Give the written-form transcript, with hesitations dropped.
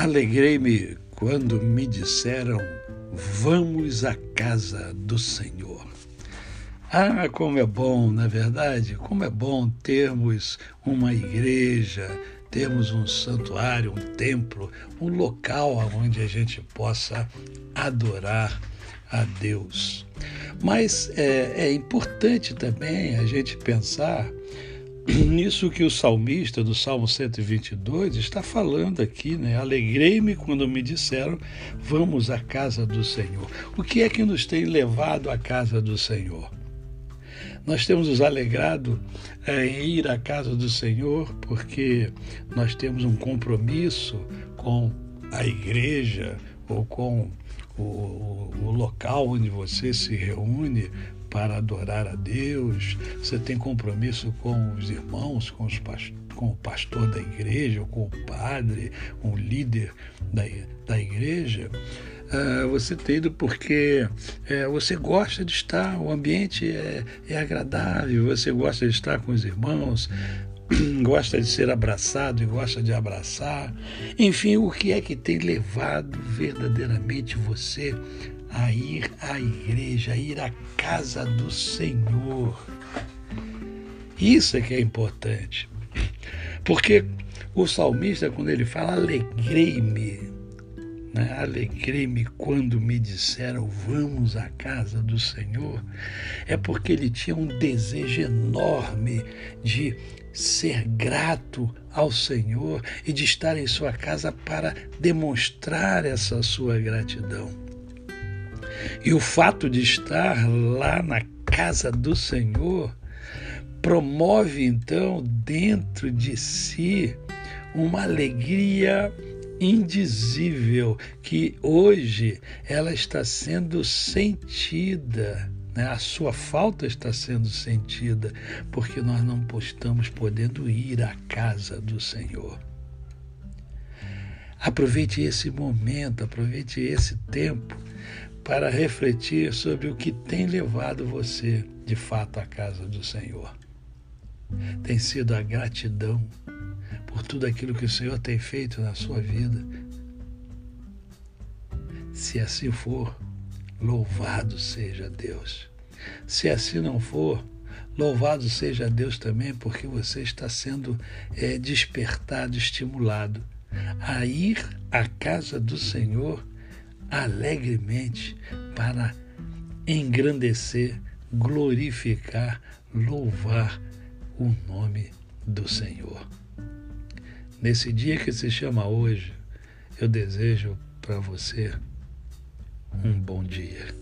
Alegrei-me quando me disseram: vamos à casa do Senhor. Ah, como é bom, na verdade, como é bom termos uma igreja, termos um santuário, um templo, um local onde a gente possa adorar a Deus. Mas é importante também a gente pensar nisso que o salmista do Salmo 122 está falando aqui, né? Alegrei-me quando me disseram, vamos à casa do Senhor. O que é que nos tem levado à casa do Senhor? Nós temos nos alegrado em ir à casa do Senhor porque nós temos um compromisso com a igreja ou com o local onde você se reúne para adorar a Deus. Você tem compromisso com os irmãos, com o pastor da igreja, ou com o padre, um líder da igreja. Você tem ido porque você gosta de estar, o ambiente é agradável, você gosta de estar com os irmãos, gosta de ser abraçado e gosta de abraçar. Enfim, o que é que tem levado verdadeiramente você a ir à igreja, a ir à casa do Senhor? Isso é que é importante. Porque o salmista, quando ele fala alegrei-me, né? Alegrei-me quando me disseram vamos à casa do Senhor, é porque ele tinha um desejo enorme de ser grato ao Senhor e de estar em sua casa para demonstrar essa sua gratidão. E o fato de estar lá na casa do Senhor promove então dentro de si uma alegria indizível que hoje ela está sendo sentida, né? A sua falta está sendo sentida porque nós não estamos podendo ir à casa do Senhor. Aproveite esse momento, aproveite esse tempo para refletir sobre o que tem levado você de fato à casa do Senhor. Tem sido a gratidão por tudo aquilo que o Senhor tem feito na sua vida? Se assim for, louvado seja Deus. Se assim não for, louvado seja Deus também, porque você está sendo despertado, estimulado a ir à casa do Senhor alegremente para engrandecer, glorificar, louvar o nome do Senhor. Nesse dia que se chama hoje, eu desejo para você um bom dia.